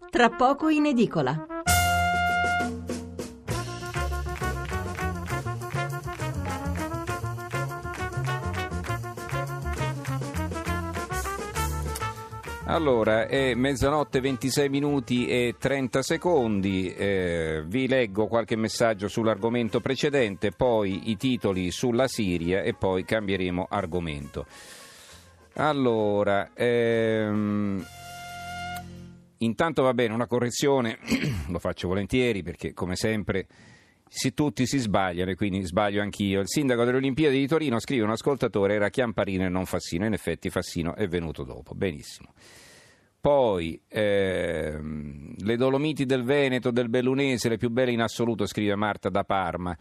Tra poco in edicola. Allora, è mezzanotte 26 minuti e 30 secondi, vi leggo qualche messaggio sull'argomento precedente, poi i titoli sulla Siria e poi cambieremo argomento. Allora, intanto va bene, una correzione, lo faccio volentieri perché come sempre tutti si sbagliano e quindi sbaglio anch'io. Il sindaco delle Olimpiadi di Torino, scrive un ascoltatore, era Chiamparino e non Fassino, in effetti Fassino è venuto dopo, benissimo. Poi le Dolomiti del Veneto, del Bellunese, le più belle in assoluto, scrive Marta da Parma.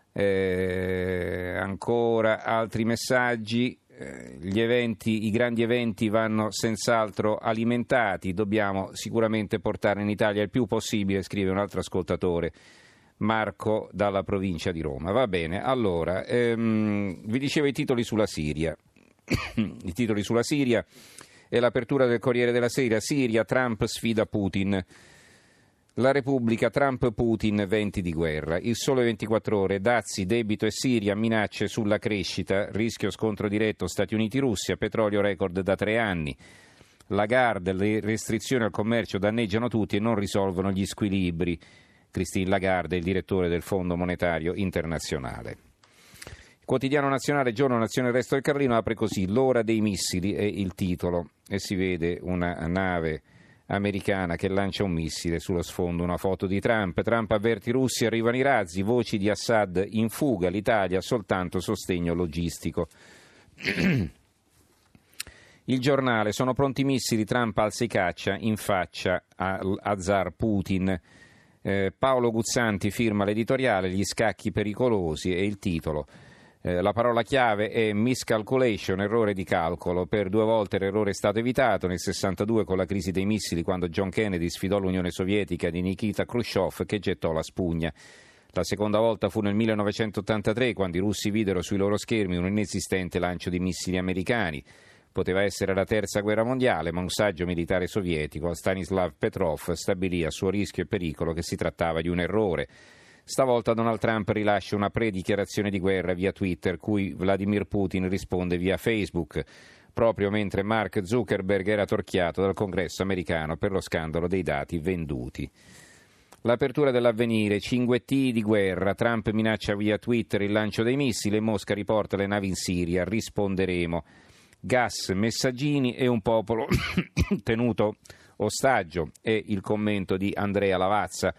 Ancora altri messaggi. I grandi eventi vanno senz'altro alimentati, dobbiamo sicuramente portare in Italia il più possibile, scrive un altro ascoltatore, Marco dalla provincia di Roma. Va bene, allora, vi dicevo i titoli sulla Siria. I titoli sulla Siria e l'apertura del Corriere della Sera. Siria, Trump sfida Putin. La Repubblica, Trump-Putin, venti di guerra. Il Sole 24 Ore, dazi, debito e Siria, minacce sulla crescita, rischio scontro diretto Stati Uniti-Russia, petrolio record da 3 anni. Lagarde, le restrizioni al commercio danneggiano tutti e non risolvono gli squilibri. Christine Lagarde, il direttore del Fondo Monetario Internazionale. Quotidiano Nazionale, Giorno, Nazione, il Resto del Carlino apre così: l'ora dei missili è il titolo e si vede una nave americana che lancia un missile, sullo sfondo una foto di Trump. Trump avverte i russi, arrivano i razzi, voci di Assad in fuga, l'Italia soltanto sostegno logistico. Il Giornale, sono pronti i missili, Trump alza i caccia in faccia a zar Putin. Paolo Guzzanti firma l'editoriale, gli scacchi pericolosi, e il titolo. La parola chiave è miscalculation, errore di calcolo. Per 2 volte l'errore è stato evitato, nel 62 con la crisi dei missili, quando John Kennedy sfidò l'Unione Sovietica di Nikita Khrushchev che gettò la spugna. La seconda volta fu nel 1983, quando i russi videro sui loro schermi un inesistente lancio di missili americani. Poteva essere la terza guerra mondiale, ma un saggio militare sovietico, Stanislav Petrov, stabilì a suo rischio e pericolo che si trattava di un errore. Stavolta Donald Trump rilascia una predichiarazione di guerra via Twitter, cui Vladimir Putin risponde via Facebook, proprio mentre Mark Zuckerberg era torchiato dal Congresso americano per lo scandalo dei dati venduti. L'apertura dell'Avvenire, cinguettii di guerra, Trump minaccia via Twitter il lancio dei missili e Mosca riporta le navi in Siria, risponderemo. Gas, messaggini e un popolo tenuto ostaggio, è il commento di Andrea Lavazza.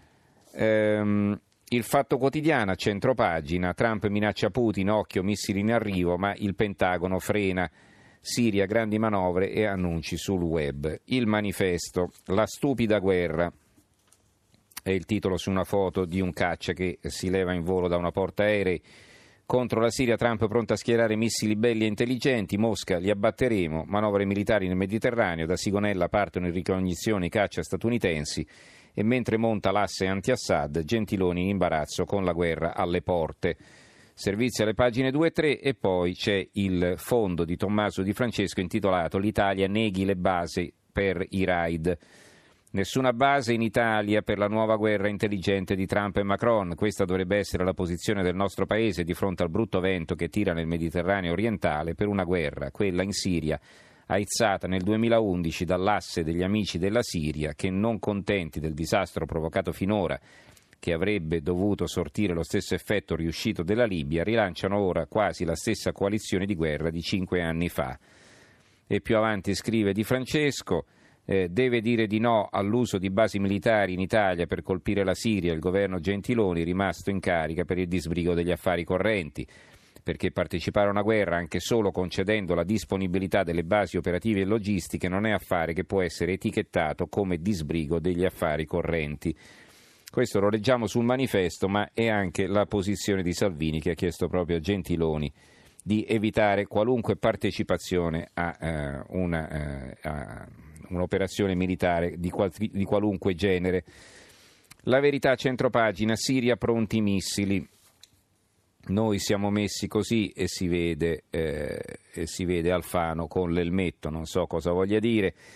Il Fatto Quotidiano, centropagina, Trump minaccia Putin, occhio, missili in arrivo, ma il Pentagono frena. Siria, grandi manovre e annunci sul web. Il Manifesto, la stupida guerra, è il titolo su una foto di un caccia che si leva in volo da una portaerei. Contro la Siria, Trump pronto a schierare missili belli e intelligenti, Mosca li abbatteremo, manovre militari nel Mediterraneo, da Sigonella partono in ricognizione i caccia statunitensi e mentre monta l'asse anti-Assad, Gentiloni in imbarazzo con la guerra alle porte. Servizi alle pagine 2 e 3 e poi c'è il fondo di Tommaso Di Francesco intitolato «L'Italia neghi le basi per i raid». Nessuna base in Italia per la nuova guerra intelligente di Trump e Macron. Questa dovrebbe essere la posizione del nostro paese di fronte al brutto vento che tira nel Mediterraneo orientale per una guerra, quella in Siria, aizzata nel 2011 dall'asse degli amici della Siria che, non contenti del disastro provocato finora, che avrebbe dovuto sortire lo stesso effetto riuscito della Libia, rilanciano ora quasi la stessa coalizione di guerra di 5 anni fa. E più avanti scrive Di Francesco, deve dire di no all'uso di basi militari in Italia per colpire la Siria il governo Gentiloni, rimasto in carica per il disbrigo degli affari correnti, perché partecipare a una guerra anche solo concedendo la disponibilità delle basi operative e logistiche non è affare che può essere etichettato come disbrigo degli affari correnti. Questo lo leggiamo sul Manifesto, ma è anche la posizione di Salvini, che ha chiesto proprio a Gentiloni di evitare qualunque partecipazione a un'operazione militare di qualunque genere. La Verità, centropagina, Siria pronti i missili. Noi siamo messi così e si vede Alfano con l'elmetto, non so cosa voglia dire.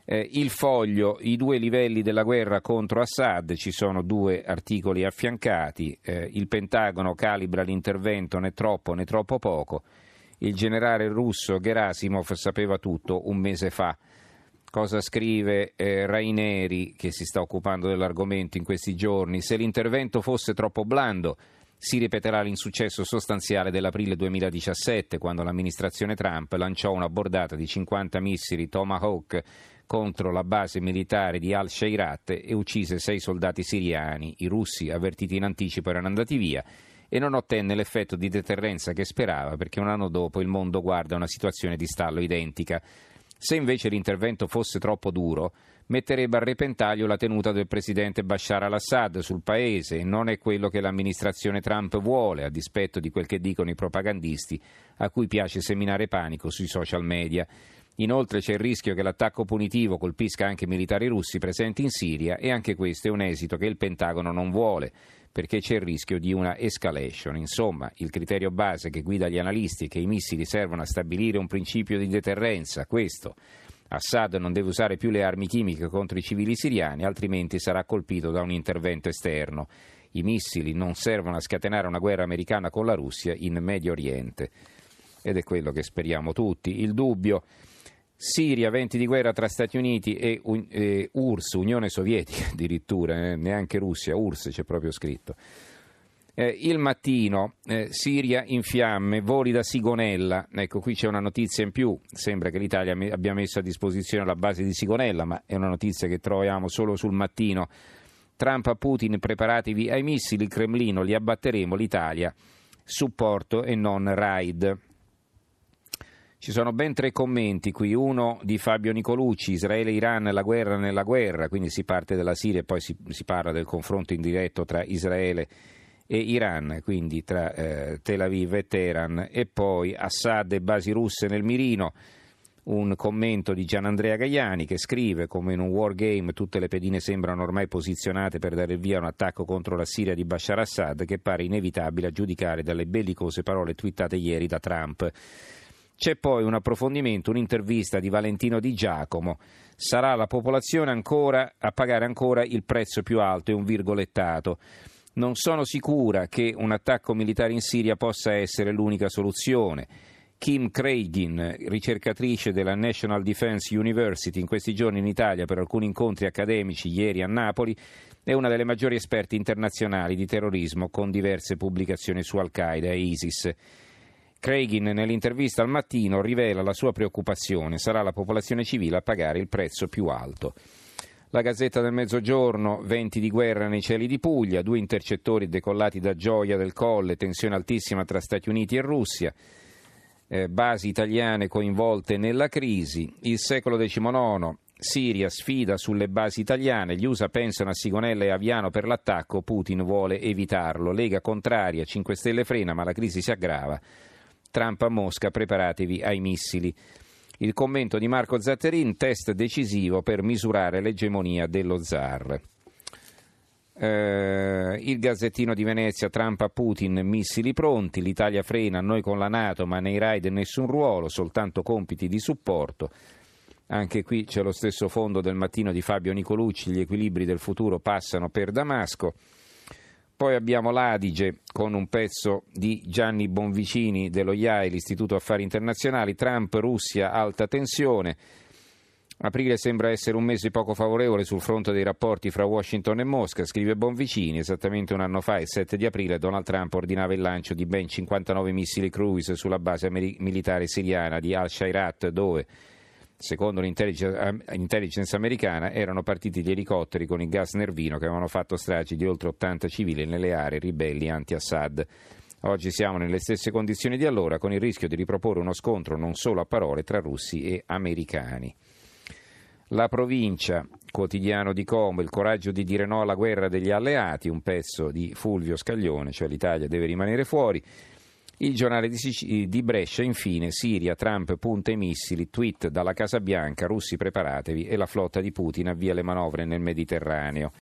Il Foglio, i 2 livelli della guerra contro Assad, ci sono 2 articoli affiancati, il Pentagono calibra l'intervento né troppo poco, il generale russo Gerasimov sapeva tutto un mese fa. Cosa scrive Raineri, che si sta occupando dell'argomento in questi giorni? Se l'intervento fosse troppo blando, si ripeterà l'insuccesso sostanziale dell'aprile 2017, quando l'amministrazione Trump lanciò una bordata di 50 missili Tomahawk contro la base militare di Al-Sheirat e uccise 6 soldati siriani. I russi, avvertiti in anticipo, erano andati via e non ottenne l'effetto di deterrenza che sperava, perché un anno dopo il mondo guarda una situazione di stallo identica. Se invece l'intervento fosse troppo duro, metterebbe a repentaglio la tenuta del presidente Bashar al-Assad sul paese, e non è quello che l'amministrazione Trump vuole, a dispetto di quel che dicono i propagandisti, a cui piace seminare panico sui social media. Inoltre c'è il rischio che l'attacco punitivo colpisca anche militari russi presenti in Siria, e anche questo è un esito che il Pentagono non vuole, perché c'è il rischio di una escalation. Insomma, il criterio base che guida gli analisti è che i missili servono a stabilire un principio di deterrenza, questo. Assad non deve usare più le armi chimiche contro i civili siriani, altrimenti sarà colpito da un intervento esterno. I missili non servono a scatenare una guerra americana con la Russia in Medio Oriente. Ed è quello che speriamo tutti. Il Dubbio. Siria, venti di guerra tra Stati Uniti e URSS, Unione Sovietica addirittura, neanche Russia, URSS c'è proprio scritto. Il Mattino, Siria in fiamme, voli da Sigonella. Ecco, qui c'è una notizia in più, sembra che l'Italia abbia messo a disposizione la base di Sigonella, ma è una notizia che troviamo solo sul Mattino. Trump a Putin, preparatevi ai missili, il Cremlino, li abbatteremo, l'Italia, supporto e non raid. Ci sono ben 3 commenti qui, uno di Fabio Nicolucci, Israele-Iran, la guerra nella guerra, quindi si parte dalla Siria e poi si parla del confronto indiretto tra Israele e Iran, quindi tra Tel Aviv e Teheran, e poi Assad e basi russe nel mirino. Un commento di Gianandrea Gaiani che scrive: come in un wargame tutte le pedine sembrano ormai posizionate per dare via a un attacco contro la Siria di Bashar Assad, che pare inevitabile a giudicare dalle bellicose parole twittate ieri da Trump. C'è poi un approfondimento, un'intervista di Valentino Di Giacomo. Sarà la popolazione ancora a pagare ancora il prezzo più alto, e un virgolettato. Non sono sicura che un attacco militare in Siria possa essere l'unica soluzione. Kim Craigin, ricercatrice della National Defense University, in questi giorni in Italia per alcuni incontri accademici, ieri a Napoli, è una delle maggiori esperte internazionali di terrorismo, con diverse pubblicazioni su Al-Qaeda e ISIS. Craigin nell'intervista al Mattino rivela la sua preoccupazione: sarà la popolazione civile a pagare il prezzo più alto. La Gazzetta del Mezzogiorno, venti di guerra nei cieli di Puglia, 2 intercettori decollati da Gioia del Colle, tensione altissima tra Stati Uniti e Russia, basi italiane coinvolte nella crisi. Il Secolo XIX, Siria, sfida sulle basi italiane, gli USA pensano a Sigonella e Aviano per l'attacco, Putin vuole evitarlo, Lega contraria, 5 Stelle frena ma la crisi si aggrava. Trump a Mosca, preparatevi ai missili. Il commento di Marco Zatterin, test decisivo per misurare l'egemonia dello zar. Il Gazzettino di Venezia, Trump a Putin, missili pronti, l'Italia frena, noi con la NATO, ma nei raid nessun ruolo, soltanto compiti di supporto. Anche qui c'è lo stesso fondo del Mattino di Fabio Nicolucci, gli equilibri del futuro passano per Damasco. Poi abbiamo l'Adige con un pezzo di Gianni Bonvicini dello IAE, l'Istituto Affari Internazionali, Trump, Russia, alta tensione. Aprile sembra essere un mese poco favorevole sul fronte dei rapporti fra Washington e Mosca, scrive Bonvicini. Esattamente un anno fa, il 7 di aprile, Donald Trump ordinava il lancio di ben 59 missili cruise sulla base militare siriana di Al-Sheirat, dove, secondo l'intelligence americana, erano partiti gli elicotteri con il gas nervino che avevano fatto stragi di oltre 80 civili nelle aree ribelli anti-Assad. Oggi siamo nelle stesse condizioni di allora, con il rischio di riproporre uno scontro non solo a parole tra russi e americani. La Provincia, quotidiano di Como, il coraggio di dire no alla guerra degli alleati, un pezzo di Fulvio Scaglione, cioè l'Italia deve rimanere fuori. Il giornale di Brescia, infine, Siria, Trump punta i missili, tweet dalla Casa Bianca, russi preparatevi, e la flotta di Putin avvia le manovre nel Mediterraneo.